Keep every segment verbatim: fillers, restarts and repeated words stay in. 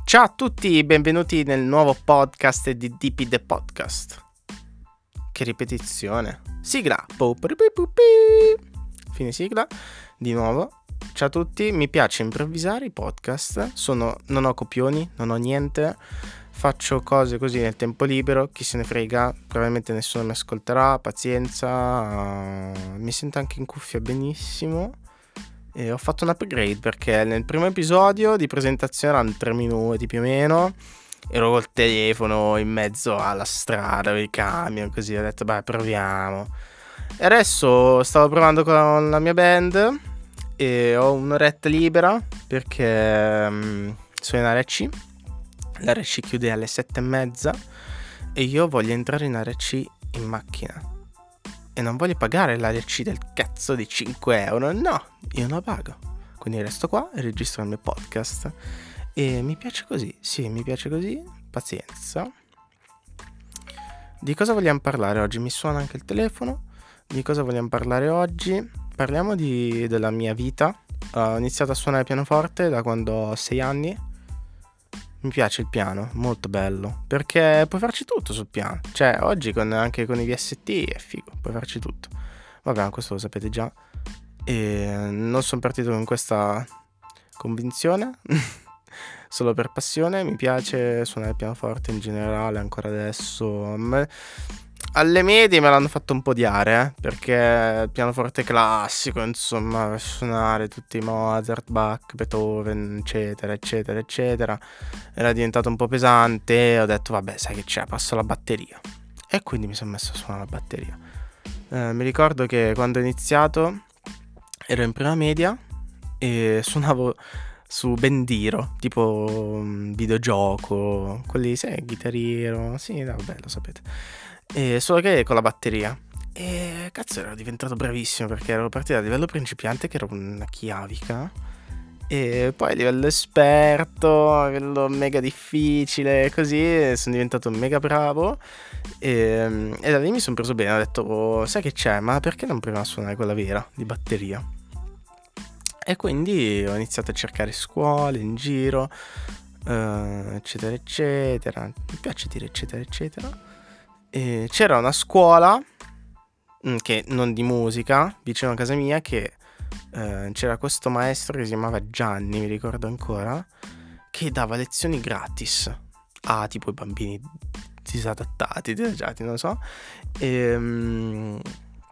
Ciao a tutti, benvenuti nel nuovo podcast di D P The Podcast. Che ripetizione. Sigla. Fine sigla. Di nuovo. Ciao a tutti, mi piace improvvisare i podcast. Sono, non ho copioni, non ho niente. Faccio cose così nel tempo libero. Chi se ne frega, probabilmente nessuno mi ascolterà. Pazienza. Uh, mi sento anche in cuffia benissimo. E ho fatto un upgrade perché nel primo episodio di presentazione erano tre minuti più o meno, ero col telefono in mezzo alla strada, il camion, così ho detto beh proviamo. E adesso stavo provando con la mia band e ho un'oretta libera perché um, sono in A R C. L'A R C chiude alle sette e mezza e io voglio entrare in A R C in macchina. E non voglio pagare l'A R C del cazzo di cinque euro, no, io non la pago. Quindi resto qua e registro il mio podcast. E mi piace così, sì, mi piace così, pazienza. Di cosa vogliamo parlare oggi? Mi suona anche il telefono. Di cosa vogliamo parlare oggi? Parliamo di, della mia vita. Ho iniziato a suonare pianoforte da quando ho sei anni. Mi piace il piano, molto bello, perché puoi farci tutto sul piano. Cioè, oggi con, anche con i V S T è figo, puoi farci tutto. Vabbè, questo lo sapete già. E non sono partito con questa convinzione, solo per passione. Mi piace suonare il pianoforte in generale, ancora adesso. Alle medie me l'hanno fatto un po' odiare, eh, perché il pianoforte classico, insomma, per suonare tutti i Mozart, Bach, Beethoven, eccetera, eccetera, eccetera, era diventato un po' pesante e ho detto, vabbè, sai che c'è, passo alla batteria. E quindi mi sono messo a suonare la batteria. Eh, mi ricordo che quando ho iniziato ero in prima media e suonavo su Bendiro, tipo um, videogioco, quelli, sai, chitarriero, sì, no, vabbè, lo sapete. E solo che con la batteria. E cazzo ero diventato bravissimo perché ero partito a livello principiante che ero una chiavica. E poi a livello esperto, a livello mega difficile, così sono diventato mega bravo. E, e da lì mi sono preso bene, ho detto oh, sai che c'è, ma perché non proviamo a suonare quella vera di batteria? E quindi ho iniziato a cercare scuole in giro, uh, eccetera eccetera. Mi piace dire eccetera eccetera. E c'era una scuola mh, che non di musica vicino a casa mia che eh, c'era questo maestro che si chiamava Gianni, mi ricordo ancora, che dava lezioni gratis a tipo i bambini disadattati, disagiati, non lo so. E mh,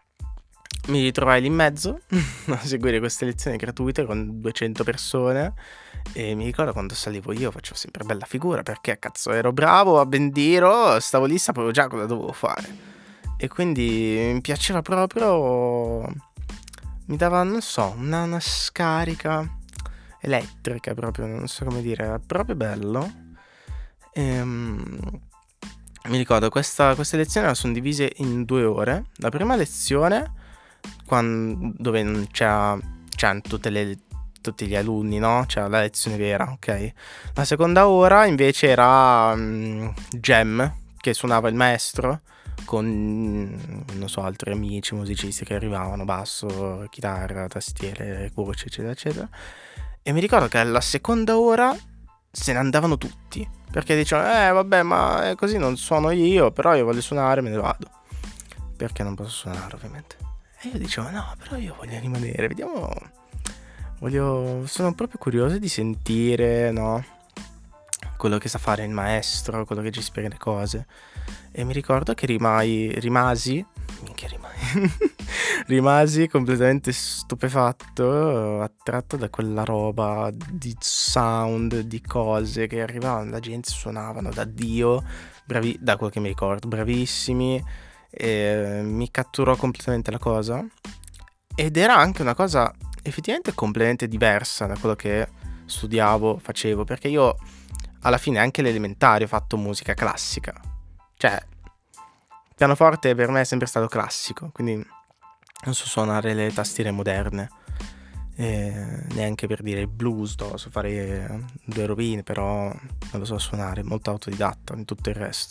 mi ritrovai lì in mezzo a seguire queste lezioni gratuite con duecento persone. E mi ricordo quando salivo io facevo sempre bella figura perché cazzo ero bravo a Bendiro, stavo lì, sapevo già cosa dovevo fare e quindi mi piaceva proprio, mi dava non so una, una scarica elettrica proprio, non so come dire, era proprio bello. E, um, mi ricordo questa, queste lezioni sono divise in due ore. La prima lezione quando, dove non c'era, c'erano tutte le tutti gli alunni, no? C'era la lezione vera, ok? La seconda ora invece era um, jam, che suonava il maestro con, non so, altri amici musicisti che arrivavano, basso, chitarra, tastiere, voce, eccetera, eccetera. E mi ricordo che alla seconda ora se ne andavano tutti, perché dicevano, eh vabbè, ma così non suono io, però io voglio suonare, me ne vado. Perché non posso suonare, ovviamente. E io dicevo, no, però io voglio rimanere, vediamo... Voglio, sono proprio curioso di sentire, no? Quello che sa fare il maestro, quello che ci spiega le cose. E mi ricordo che rimai, rimasi, minchia rimai, rimasi completamente stupefatto, attratto da quella roba di sound, di cose che arrivavano, la gente suonavano da Dio, bravi, da quel che mi ricordo, bravissimi. E mi catturò completamente la cosa. Ed era anche una cosa effettivamente completamente diversa da quello che studiavo, facevo, perché io alla fine anche l'elementare ho fatto musica classica, cioè pianoforte per me è sempre stato classico, quindi non so suonare le tastiere moderne, eh, neanche per dire il blues, no, so fare due rovine, però non lo so suonare, molto autodidatta in tutto il resto.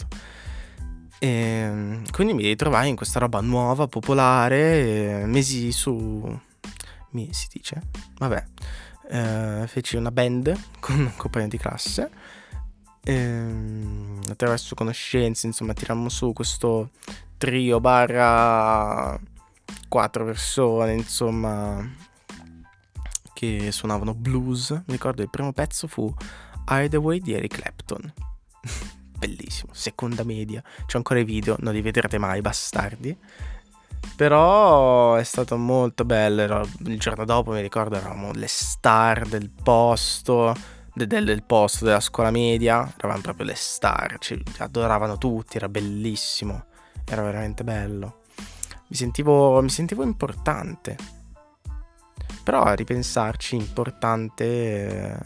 E quindi mi ritrovai in questa roba nuova, popolare, mesi su... mi si dice? Vabbè, eh, feci una band con un compagno di classe ehm, attraverso conoscenze, insomma, tirammo su questo trio barra quattro persone, insomma, che suonavano blues. Mi ricordo il primo pezzo fu Hideaway di Eric Clapton. Bellissimo, seconda media, c'ho ancora i video, non li vedrete mai, bastardi. Però è stato molto bello. Ero, il giorno dopo mi ricordo eravamo le star del posto, de, del, del posto della scuola media, eravamo proprio le star, ci adoravano tutti, era bellissimo, era veramente bello. Mi sentivo, mi sentivo importante. Però a ripensarci, importante eh,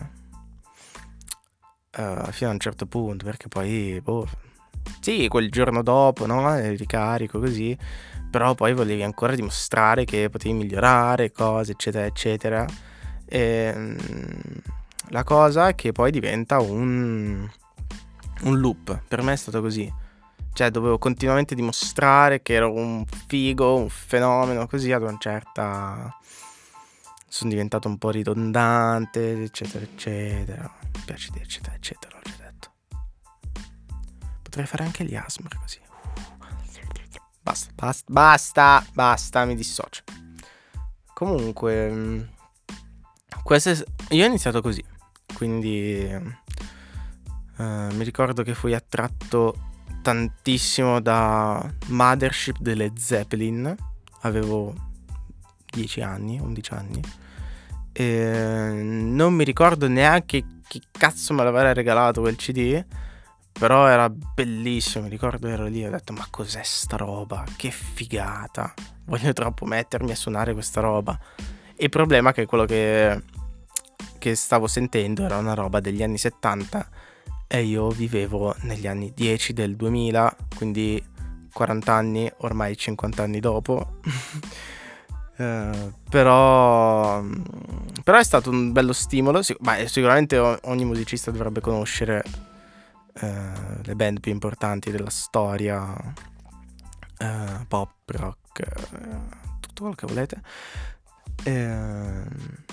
uh, fino a un certo punto, perché poi boh, sì, quel giorno dopo, no? Il ricarico così, però poi volevi ancora dimostrare che potevi migliorare, cose, eccetera, eccetera. E, mm, la cosa è che poi diventa un, un loop. Per me è stato così. Cioè, dovevo continuamente dimostrare che ero un figo, un fenomeno, così ad una certa... Sono diventato un po' ridondante, eccetera, eccetera. Mi piace dire eccetera, eccetera, l'ho già detto. Potrei fare anche gli A S M R così. Basta, basta, basta, basta, mi dissocio. Comunque, questo è... io ho iniziato così, quindi uh, mi ricordo che fui attratto tantissimo da Mothership delle Zeppelin. Avevo dieci anni, undici anni. E non mi ricordo neanche chi cazzo me l'aveva regalato quel C D. Però era bellissimo, mi ricordo ero lì e ho detto ma cos'è sta roba, che figata, voglio troppo mettermi a suonare questa roba. Il problema è che quello che, che stavo sentendo era una roba degli anni settanta e io vivevo negli anni dieci del duemila, quindi quaranta anni, ormai cinquanta anni dopo. uh, però, però è stato un bello stimolo, Sic- ma sicuramente ogni musicista dovrebbe conoscere Uh, le band più importanti della storia, uh, pop, rock, uh, tutto quello che volete. Uh,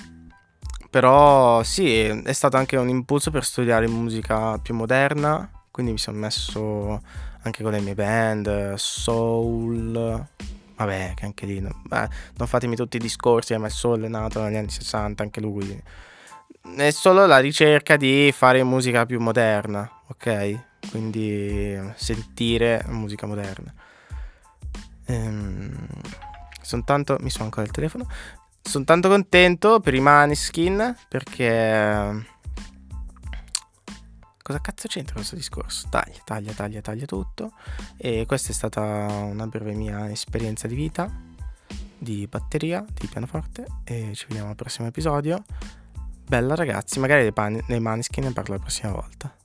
però sì, è stato anche un impulso per studiare musica più moderna, quindi mi sono messo anche con le mie band, soul, vabbè che anche lì, no, beh, non fatemi tutti i discorsi, ma il soul è nato negli anni sessanta, anche lui. È solo la ricerca di fare musica più moderna, ok? Quindi sentire musica moderna. Ehm, sono tanto... Mi suona ancora il telefono. Sono tanto contento per i Maneskin perché... Cosa cazzo c'entra questo discorso? Taglia, taglia, taglia, taglia tutto. E questa è stata una breve mia esperienza di vita, di batteria, di pianoforte. E ci vediamo al prossimo episodio. Bella ragazzi, magari dei, pan- dei Maneskin ne parlo la prossima volta.